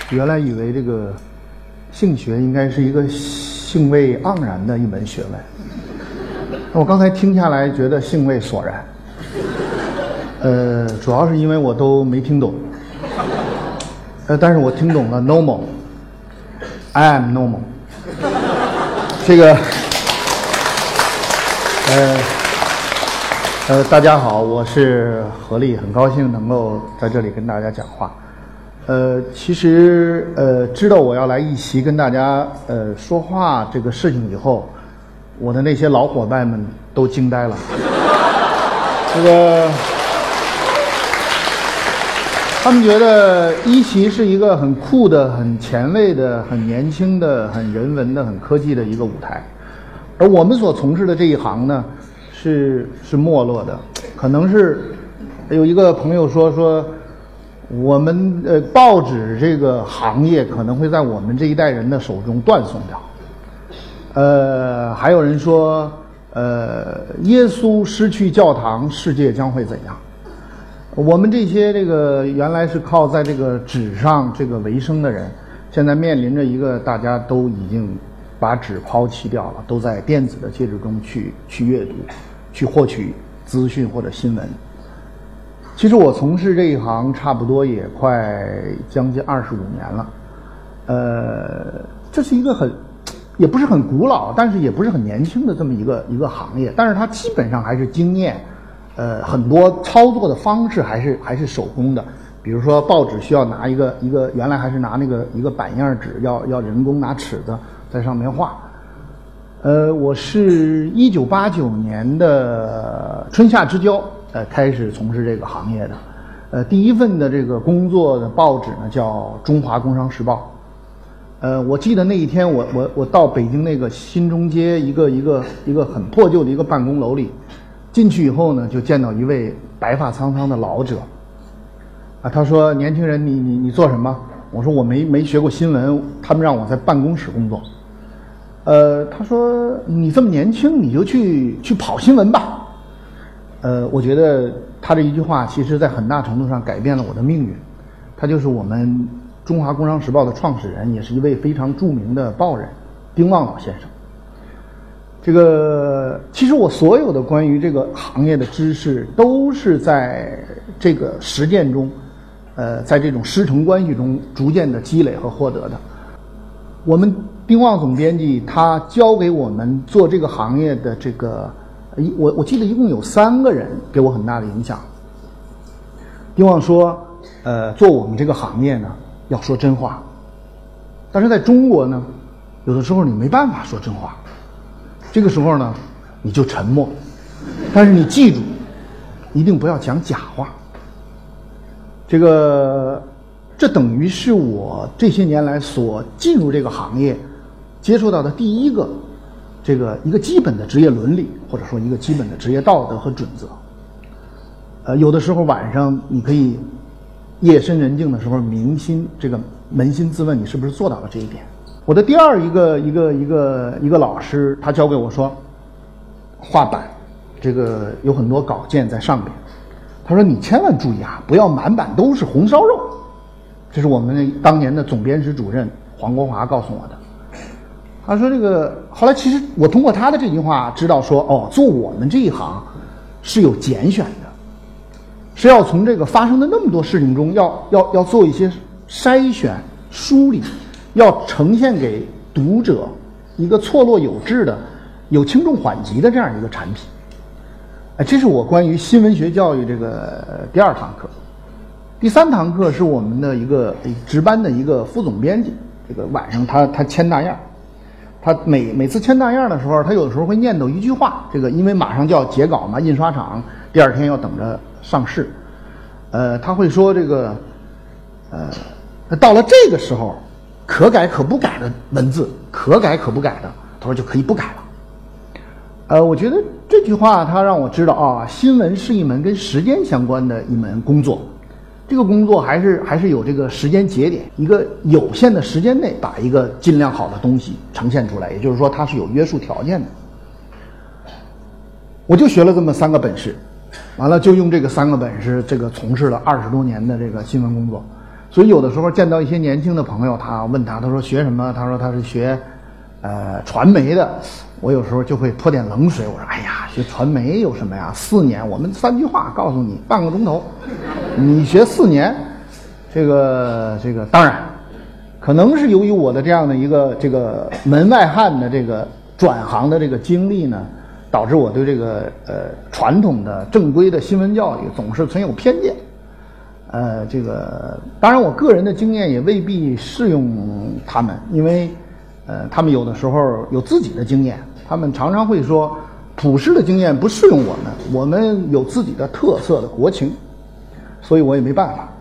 原来以为这个性学应该是一个兴味盎然的一门学问，我刚才听下来觉得兴味索然。主要是因为我都没听懂，但是我听懂了 normal，I am normal。这个，大家好，我是何力，很高兴能够在这里跟大家讲话。其实知道我要来一席跟大家说话这个事情以后，我的那些老伙伴们都惊呆了。这个，他们觉得一席是一个很酷的、很前卫的、很年轻的、很人文的、很科技的一个舞台，而我们所从事的这一行呢，是没落的。可能是有一个朋友说我们报纸这个行业可能会在我们这一代人的手中断送掉。还有人说，耶稣失去教堂，世界将会怎样？我们这些这个原来是靠在这个纸上这个为生的人，现在面临着一个大家都已经把纸抛弃掉了，都在电子的介质中去阅读，去获取资讯或者新闻。其实我从事这一行差不多也快将近25年了，这是一个也不是很古老，但是也不是很年轻的这么一个行业，但是它基本上还是经验，很多操作的方式还是手工的。比如说报纸需要拿一个原来还是拿一个板样纸，要人工拿尺子在上面画。我是1989年的春夏之交开始从事这个行业的。第一份的这个工作的报纸呢叫《中华工商时报》。我记得那一天我到北京那个新中街一个很破旧的一个办公楼里，进去以后呢，就见到一位白发苍苍的老者。他说：“年轻人，你做什么？”我说：“我没学过新闻，他们让我在办公室工作。”他说：“你这么年轻，你就去跑新闻吧。”我觉得他这一句话，其实在很大程度上改变了我的命运。他就是我们中华工商时报的创始人，也是一位非常著名的报人丁旺老先生。这个其实我所有的关于这个行业的知识，都是在这个实践中，在这种师承关系中逐渐的积累和获得的。我们丁旺总编辑他教给我们做这个行业的这个，我记得一共有3个人给我很大的影响。丁旺说，做我们这个行业呢，要说真话，但是在中国呢，有的时候你没办法说真话，这个时候呢，你就沉默，但是你记住，一定不要讲假话。这等于是我这些年来所进入这个行业接触到的第一个一个基本的职业伦理，或者说一个基本的职业道德和准则。有的时候晚上你可以夜深人静的时候扪心自问，你是不是做到了这一点？我的第二一个老师，他教给我说，画板这个有很多稿件在上边，他说你千万注意啊，不要满版都是红烧肉。这是我们当年的总编室主任黄国华告诉我的。他说后来其实我通过他的这句话知道说，做我们这一行是有拣选的，是要从这个发生的那么多事情中要做一些筛选梳理，要呈现给读者一个错落有致的、有轻重缓急的这样一个产品。这是我关于新闻学教育这个第2堂课。第3堂课是我们的一个值班的一个副总编辑，这个晚上他签大样，他每次签大样的时候，他有的时候会念叨一句话，因为马上就要截稿嘛，印刷厂第2天要等着上市，他会说到了这个时候，可改可不改的文字，可改可不改的，他说就可以不改了。我觉得这句话他让我知道新闻是一门跟时间相关的一门工作，这个工作还是有这个时间节点，一个有限的时间内把一个尽量好的东西呈现出来，也就是说它是有约束条件的。我就学了这么3个本事，完了就用这个3个本事从事了20多年的这个新闻工作。所以所以有的时候见到一些年轻的朋友，他问他说学什么？他说他是学传媒的。我有时候就会泼点冷水，我说哎呀，学传媒有什么呀？4年，我们3句话告诉你，半个钟头，你学4年，这个当然，可能是由于我的这样的一个这个门外汉的这个转行的这个经历呢，导致我对这个传统的正规的新闻教育总是存有偏见。这个当然我个人的经验也未必适用他们，因为他们有的时候有自己的经验，他们常常会说普世的经验不适用我们有自己的特色的国情，所以我也没办法。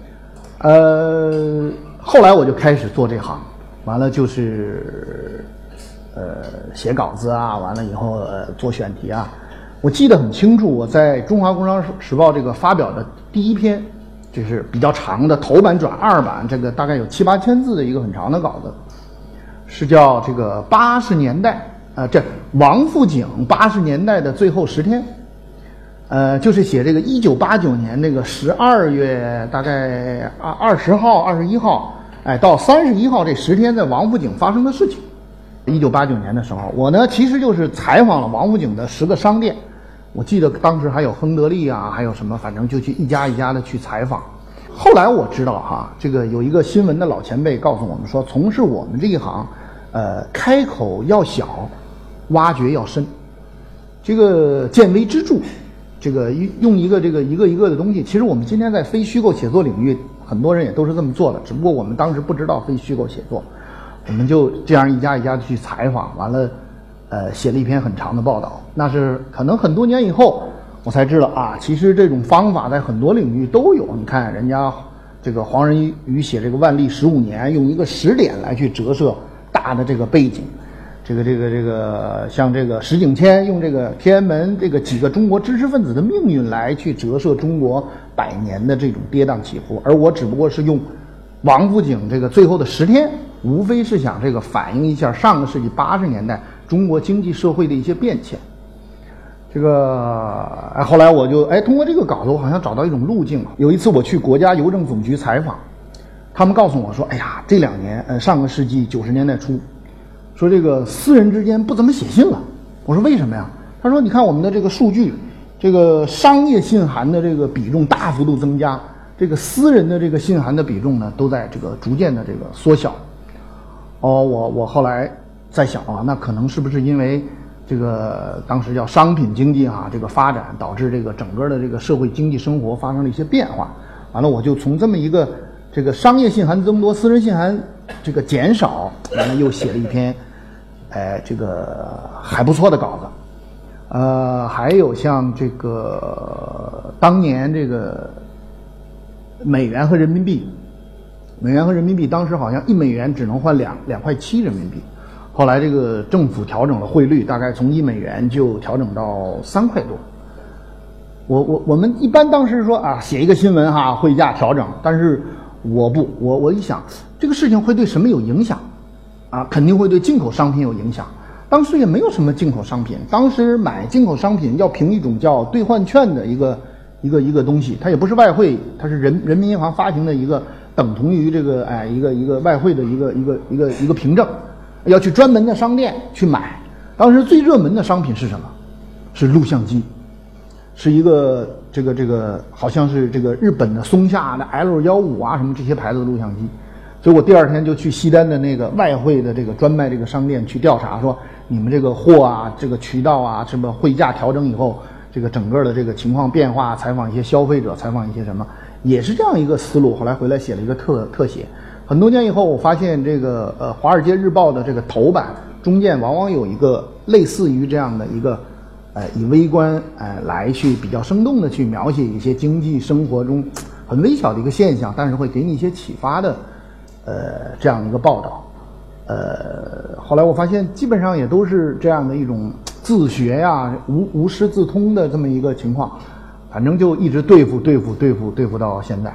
后来我就开始做这行，完了就是写稿子啊，完了以后做选题啊。我记得很清楚，我在《中华工商时报》这个发表的第一篇，就是比较长的头版转2版，这个大概有7、8千字的一个很长的稿子，是叫这个80年代这王府井80年代的最后10天，就是写这个1989年那个12月大概20号、21号，到31号这10天在王府井发生的事情。1989年的时候，我呢其实就是采访了王府井的10个商店，我记得当时还有亨得利啊，还有什么，反正就去一家一家的去采访。后来我知道哈，这个有一个新闻的老前辈告诉我们说，从事我们这一行，开口要小，挖掘要深，这个见微知著，这个用一个一个的东西。其实我们今天在非虚构写作领域，很多人也都是这么做的，只不过我们当时不知道非虚构写作，我们就这样一家一家的去采访，完了，写了一篇很长的报道。那是可能很多年以后，我才知道啊，其实这种方法在很多领域都有。你看人家这个黄仁宇写这个万历15年，用一个时点来去折射大的这个背景。这个像这个石景谦用这个天安门这个几个中国知识分子的命运来去折射中国100年的这种跌宕起伏，而我只不过是用王府井这个最后的10天，无非是想这个反映一下上个世纪80年代中国经济社会的一些变迁。这个后来我就通过这个稿子，我好像找到一种路径。有一次我去国家邮政总局采访，他们告诉我说，哎呀，这2年上个世纪90年代初，说这个私人之间不怎么写信了。我说为什么呀？他说你看我们的这个数据，这个商业信函的这个比重大幅度增加，这个私人的这个信函的比重呢都在这个逐渐的这个缩小。我后来在想啊，那可能是不是因为这个当时叫商品经济这个发展导致这个整个的这个社会经济生活发生了一些变化。完了我就从这么一个这个商业信函增多，私人信函这个减少，完了又写了一篇这个还不错的稿子。还有像这个当年这个美元和人民币当时好像1美元只能换2.7块人民币，后来这个政府调整了汇率，大概从1美元就调整到3块多。我们一般当时说啊，写一个新闻汇价调整，但是我一想这个事情会对什么有影响啊？肯定会对进口商品有影响。当时也没有什么进口商品，当时买进口商品要凭一种叫兑换券的一个东西，它也不是外汇，它是人民银行发行的一个等同于这个一个外汇的一个凭证，要去专门的商店去买。当时最热门的商品是什么？是录像机，是一个这个好像是这个日本的松下的 L15啊什么这些牌子的录像机。所以我第2天就去西单的那个外汇的这个专卖这个商店去调查，说你们这个货啊，这个渠道啊，什么汇价调整以后，这个整个的这个情况变化，采访一些消费者，采访一些什么，也是这样一个思路。后来回来写了一个特写。很多年以后，我发现这个华尔街日报的这个头版中间往往有一个类似于这样的一个以微观来去比较生动的去描写一些经济生活中很微小的一个现象，但是会给你一些启发的这样一个报道。后来我发现基本上也都是这样的一种自学呀，无师自通的这么一个情况，反正就一直对付到现在。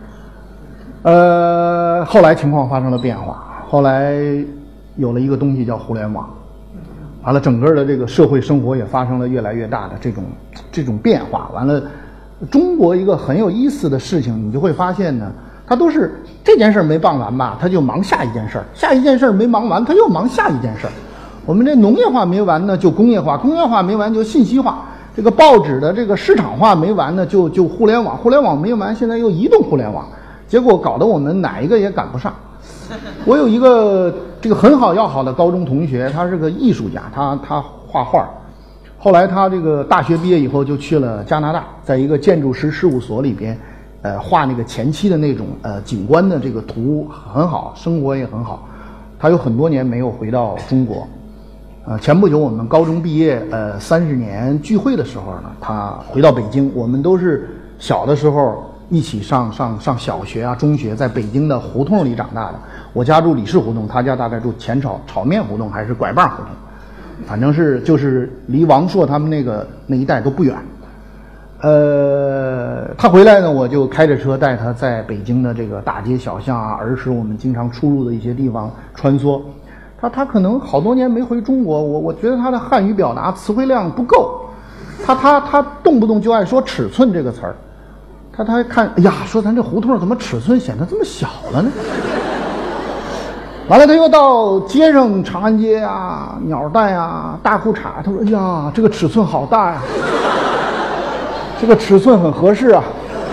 后来情况发生了变化，后来有了一个东西叫互联网，完了整个的这个社会生活也发生了越来越大的这种变化。完了，中国一个很有意思的事情，你就会发现呢， 他都是这件事没办完吧，他就忙下一件事儿，下一件事儿没忙完，他又忙下一件事儿。我们这农业化没完呢，就工业化；工业化没完就信息化。这个报纸的这个市场化没完呢，就互联网；互联网没完，现在又移动互联网。结果搞得我们哪一个也赶不上。我有一个这个很好要好的高中同学，他是个艺术家，他画画。后来他这个大学毕业以后就去了加拿大，在一个建筑师事务所里边，画那个前期的那种景观的这个图很好，生活也很好。他有很多年没有回到中国。前不久我们高中毕业30年聚会的时候呢，他回到北京。我们都是小的时候一起上小学啊、中学，在北京的胡同里长大的。我家住李氏胡同，他家大概住前炒面胡同还是拐棒胡同，反正是就是离王朔他们那一带都不远。他回来呢，我就开着车带他在北京的这个大街小巷啊，儿时我们经常出入的一些地方穿梭。他可能好多年没回中国，我觉得他的汉语表达词汇量不够，他动不动就爱说尺寸这个词儿，他还看，哎呀，说咱这胡同怎么尺寸显得这么小了呢？完了，他又到街上，长安街啊、鸟蛋啊、大裤衩，他说，哎呀，这个尺寸好大呀，这个尺寸很合适啊。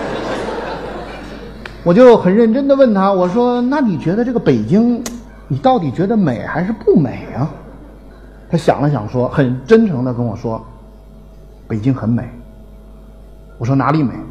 我就很认真的问他，我说，那你觉得这个北京，你到底觉得美还是不美啊？他想了想说，很真诚的跟我说，北京很美。我说哪里美？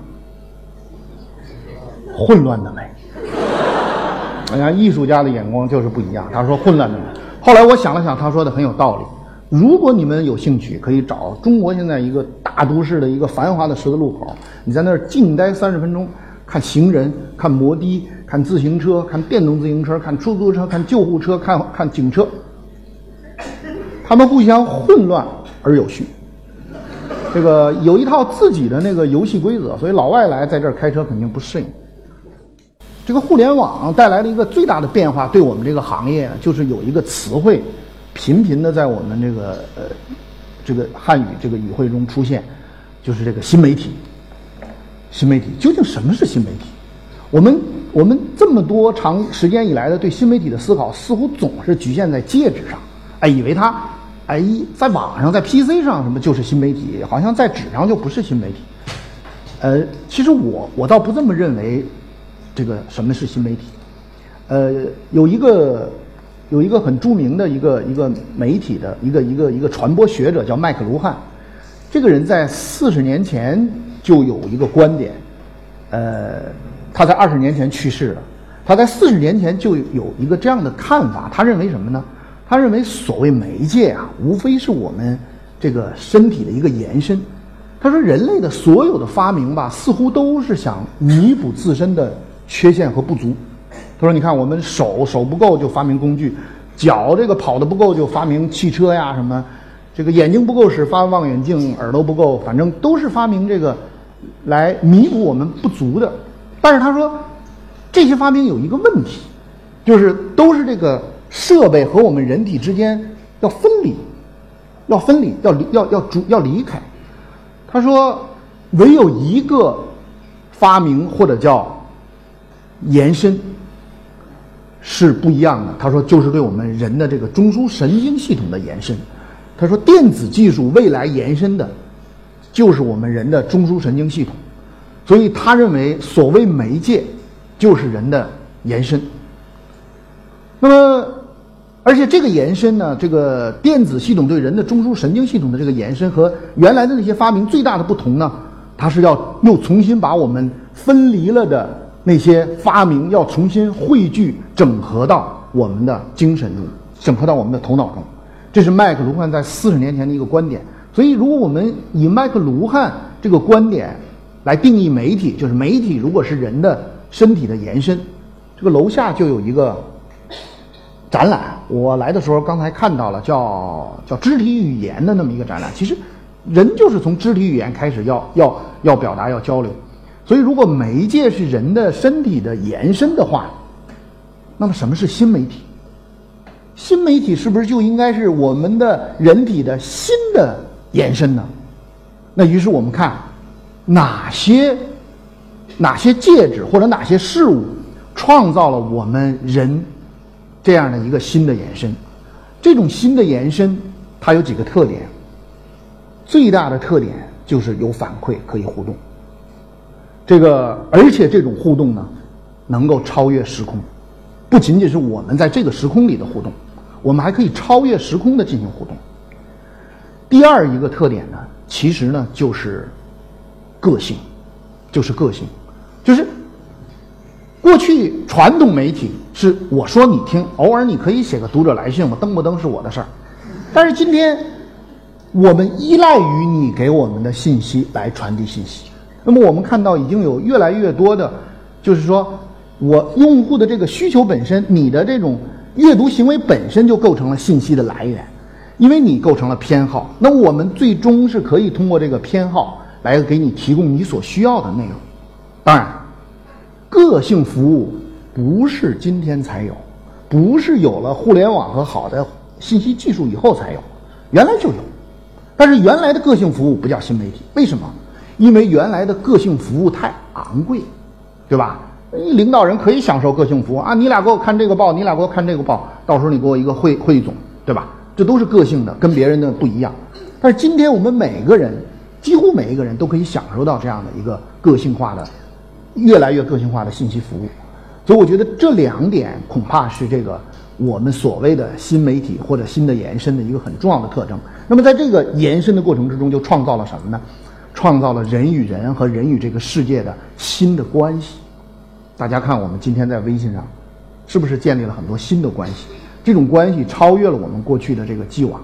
混乱的美。哎呀，艺术家的眼光就是不一样。他说混乱的美。后来我想了想，他说的很有道理。如果你们有兴趣，可以找中国现在一个大都市的一个繁华的十字路口，你在那儿静待30分钟，看行人，看摩的，看自行车，看电动自行车，看出租车，看救护车，看警车，他们互相混乱而有序。这个有一套自己的那个游戏规则，所以老外来在这儿开车肯定不适应。这个互联网带来了一个最大的变化，对我们这个行业就是有一个词汇频频的在我们这个汉语这个语汇中出现，就是这个新媒体。新媒体究竟什么是新媒体？我们这么多长时间以来的对新媒体的思考，似乎总是局限在介质上，以为它在网上在 PC 上什么就是新媒体，好像在纸上就不是新媒体。其实我倒不这么认为。这个什么是新媒体？有一个很著名的一个媒体的一个传播学者叫麦克卢汉，这个人在40年前就有一个观点，他在20年前去世了，他在40年前就有一个这样的看法，他认为什么呢？他认为所谓媒介啊，无非是我们这个身体的一个延伸。他说人类的所有的发明吧，似乎都是想弥补自身的缺陷和不足。他说你看我们手不够就发明工具，脚这个跑得不够就发明汽车呀什么，这个眼睛不够使发望远镜，耳朵不够，反正都是发明这个来弥补我们不足的。但是他说这些发明有一个问题，就是都是这个设备和我们人体之间要分离，要离开。他说唯有一个发明或者叫延伸是不一样的。他说就是对我们人的这个中枢神经系统的延伸。他说电子技术未来延伸的就是我们人的中枢神经系统，所以他认为所谓媒介就是人的延伸。那么而且这个延伸呢，这个电子系统对人的中枢神经系统的这个延伸和原来的那些发明最大的不同呢，它是要又重新把我们分离了的那些发明要重新汇聚整合到我们的精神中，整合到我们的头脑中。这是麦克卢汉在40年前的一个观点。所以如果我们以麦克卢汉这个观点来定义媒体，就是媒体如果是人的身体的延伸。这个楼下就有一个展览，我来的时候刚才看到了，叫肢体语言的那么一个展览。其实人就是从肢体语言开始要表达要交流，所以如果媒介是人的身体的延伸的话，那么什么是新媒体？新媒体是不是就应该是我们的人体的新的延伸呢？那于是我们看哪些介质或者哪些事物创造了我们人这样的一个新的延伸。这种新的延伸它有几个特点，最大的特点就是有反馈，可以互动。而且这种互动呢，能够超越时空，不仅仅是我们在这个时空里的互动，我们还可以超越时空的进行互动。第二一个特点呢，其实呢就是个性，就是过去传统媒体是我说你听，偶尔你可以写个读者来信，我登不登是我的事儿。但是今天我们依赖于你给我们的信息来传递信息。那么我们看到已经有越来越多的，就是说我用户的这个需求本身，你的这种阅读行为本身就构成了信息的来源，因为你构成了偏好。那我们最终是可以通过这个偏好来给你提供你所需要的内容。当然个性服务不是今天才有，不是有了互联网和好的信息技术以后才有，原来就有。但是原来的个性服务不叫新媒体，为什么？因为原来的个性服务太昂贵，对吧？领导人可以享受个性服务啊，你俩给我看这个报，你俩给我看这个报，到时候你给我一个汇总，对吧？这都是个性的，跟别人的不一样。但是今天我们每个人，几乎每一个人都可以享受到这样的一个个性化的、越来越个性化的信息服务。所以我觉得这两点恐怕是这个我们所谓的新媒体或者新的延伸的一个很重要的特征。那么在这个延伸的过程之中，就创造了什么呢？创造了人与人和人与这个世界的新的关系。大家看我们今天在微信上是不是建立了很多新的关系，这种关系超越了我们过去的这个既往。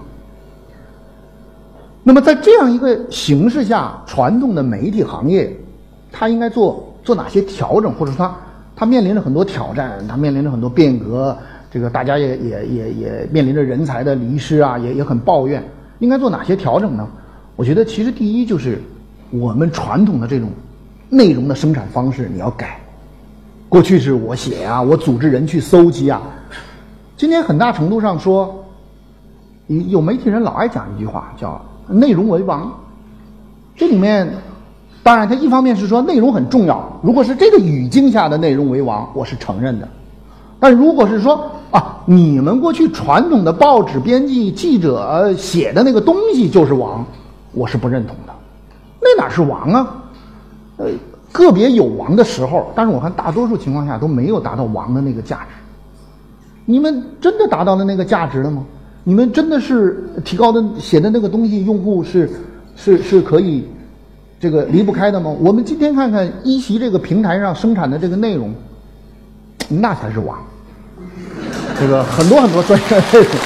那么在这样一个形势下，传统的媒体行业它应该做哪些调整，或者说它面临着很多挑战，它面临着很多变革，这个大家也面临着人才的离失啊，也很抱怨，应该做哪些调整呢？我觉得其实第一就是我们传统的这种内容的生产方式你要改。过去是我写啊，我组织人去搜集啊，今天很大程度上说，有媒体人老爱讲一句话叫内容为王。这里面当然它一方面是说内容很重要，如果是这个语境下的内容为王，我是承认的。但如果是说啊，你们过去传统的报纸编辑记者写的那个东西就是王，我是不认同的。那哪是王啊？个别有王的时候，但是我看大多数情况下都没有达到王的那个价值。你们真的达到了那个价值了吗？你们真的是提高的写的那个东西，用户是可以这个离不开的吗？我们今天看看一席这个平台上生产的这个内容，那才是王。这个很多专业内容。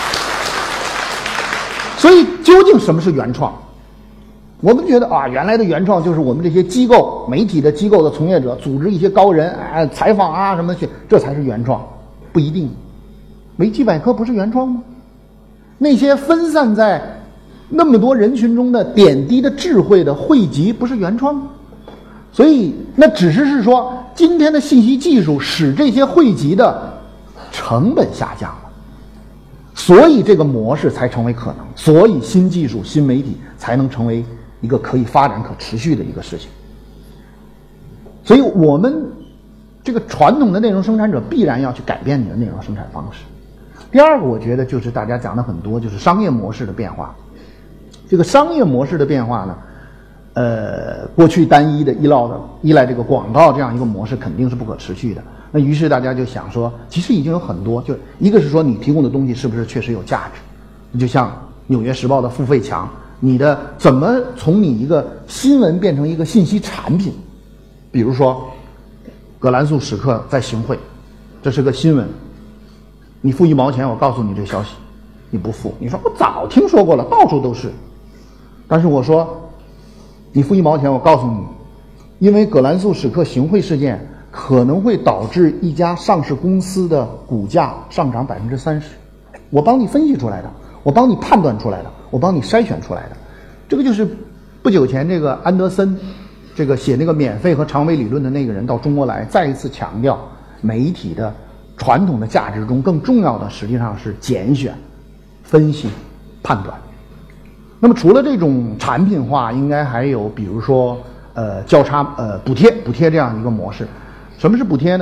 所以究竟什么是原创？我们觉得啊，原来的原创就是我们这些机构、媒体的机构的从业者组织一些高人采访啊什么去，这才是原创。不一定，维基百科不是原创吗？那些分散在那么多人群中的点滴的智慧的汇集不是原创吗？所以那只是说今天的信息技术使这些汇集的成本下降了，所以这个模式才成为可能，所以新技术、新媒体才能成为一个可以发展、可持续的一个事情。所以我们这个传统的内容生产者必然要去改变你的内容生产方式。第二个，我觉得就是大家讲的很多，就是商业模式的变化。这个商业模式的变化呢，过去单一的依赖这个广告这样一个模式肯定是不可持续的。那于是大家就想说，其实已经有很多，就一个是说你提供的东西是不是确实有价值，就像《纽约时报》的付费墙，你的怎么从你一个新闻变成一个信息产品？比如说葛兰素史克在行贿，这是个新闻，你付1毛钱，我告诉你这个消息，你不付，你说我早听说过了，到处都是。但是我说你付1毛钱，我告诉你，因为葛兰素史克行贿事件可能会导致一家上市公司的股价上涨30%，我帮你分析出来的，我帮你判断出来的，我帮你筛选出来的。这个就是不久前这个安德森，这个写那个免费和长尾理论的那个人到中国来，再一次强调媒体的传统的价值中更重要的实际上是拣选、分析、判断。那么除了这种产品化，应该还有比如说交叉补贴这样一个模式。什么是补贴呢？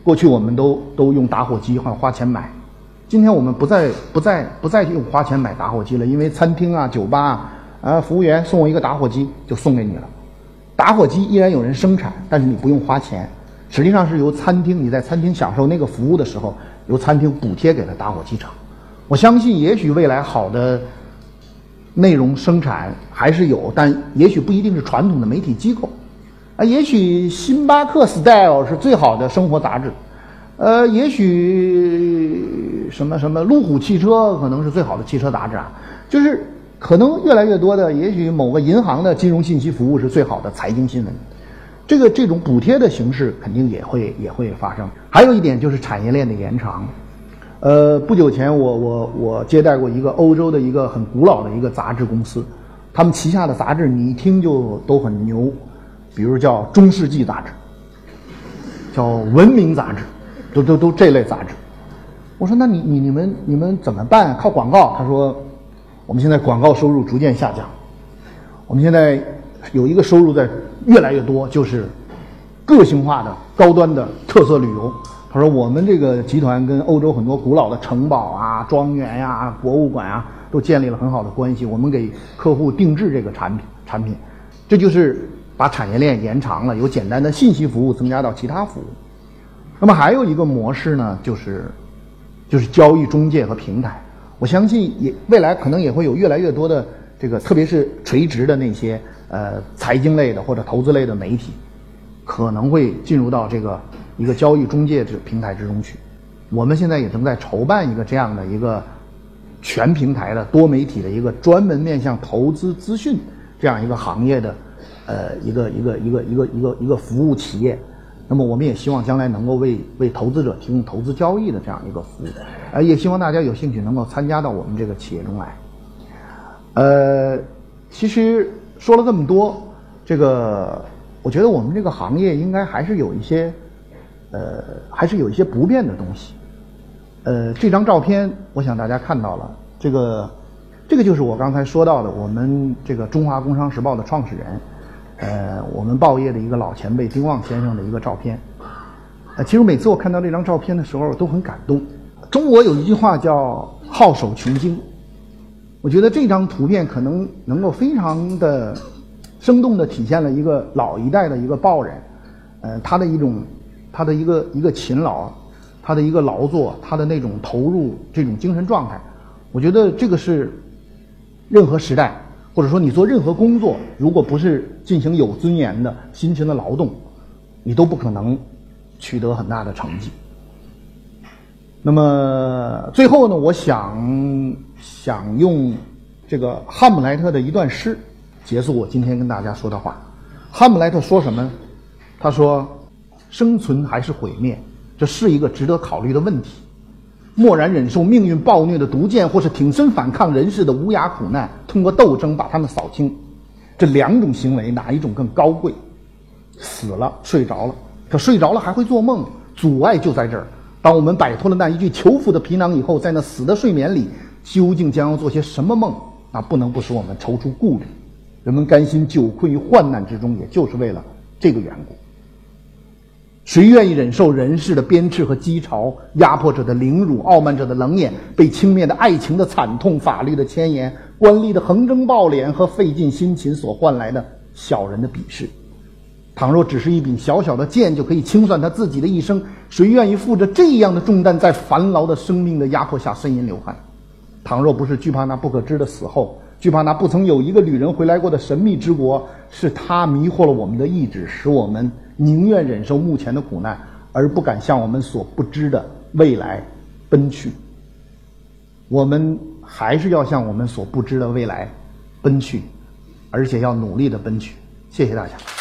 过去我们都用打火机花钱买，今天我们不再用花钱买打火机了，因为餐厅啊、酒吧啊，服务员送我一个打火机就送给你了。打火机依然有人生产，但是你不用花钱，实际上是由餐厅，你在餐厅享受那个服务的时候，由餐厅补贴给了打火机厂。我相信也许未来好的内容生产还是有，但也许不一定是传统的媒体机构啊，也许星巴克 Style 是最好的生活杂志，也许什么路虎汽车可能是最好的汽车杂志啊，就是可能越来越多的，也许某个银行的金融信息服务是最好的财经新闻，这种补贴的形式肯定也会发生。还有一点就是产业链的延长。不久前我接待过一个欧洲的一个很古老的一个杂志公司，他们旗下的杂志你一听就都很牛，比如叫中世纪杂志，叫文明杂志，都这类杂志。我说那你们怎么办？靠广告？他说我们现在广告收入逐渐下降，我们现在有一个收入在越来越多，就是个性化的高端的特色旅游。他说我们这个集团跟欧洲很多古老的城堡啊、庄园呀、博物馆啊都建立了很好的关系，我们给客户定制这个产品，这就是把产业链延长了，由简单的信息服务增加到其他服务。那么还有一个模式呢，就是交易中介和平台。我相信未来可能也会有越来越多的这个，特别是垂直的那些财经类的或者投资类的媒体，可能会进入到这个一个交易中介平台之中去。我们现在也正在筹办一个这样的一个全平台的多媒体的一个专门面向投资资讯这样一个行业的一个服务企业。那么我们也希望将来能够为投资者提供投资交易的这样一个服务，也希望大家有兴趣能够参加到我们这个企业中来。其实说了这么多，这个我觉得我们这个行业应该还是有一些不变的东西。这张照片我想大家看到了，这个就是我刚才说到的我们这个中华工商时报的创始人。我们报业的一个老前辈丁旺先生的一个照片。其实每次我看到这张照片的时候都很感动。中国有一句话叫好手穷经，我觉得这张图片可能能够非常的生动的体现了一个老一代的一个报人，他的一个勤劳，他的一个劳作，他的那种投入，这种精神状态。我觉得这个是任何时代或者说你做任何工作，如果不是进行有尊严的辛勤的劳动，你都不可能取得很大的成绩。那么最后呢，我想用这个哈姆莱特的一段诗结束我今天跟大家说的话。哈姆莱特说什么？他说生存还是毁灭，这是一个值得考虑的问题。默然忍受命运暴虐的毒箭，或是挺身反抗人世的无涯苦难，通过斗争把他们扫清。这两种行为哪一种更高贵？死了睡着了，可睡着了还会做梦，阻碍就在这儿。当我们摆脱了那一具囚服的皮囊以后，在那死的睡眠里究竟将要做些什么梦，那不能不使我们踌躇顾虑。人们甘心久困于患难之中，也就是为了这个缘故。谁愿意忍受人世的鞭笞和讥嘲，压迫者的凌辱，傲慢者的冷眼，被轻蔑的爱情的惨痛，法律的牵延，官吏的横征暴敛和费尽辛勤所换来的小人的鄙视？倘若只是一柄小小的剑就可以清算他自己的一生，谁愿意负着这样的重担，在繁劳的生命的压迫下呻吟流汗？倘若不是惧怕那不可知的死后，惧怕那不曾有一个旅人回来过的神秘之国，是他迷惑了我们的意志，使我们宁愿忍受目前的苦难，而不敢向我们所不知的未来奔去。我们还是要向我们所不知的未来奔去，而且要努力的奔去。谢谢大家。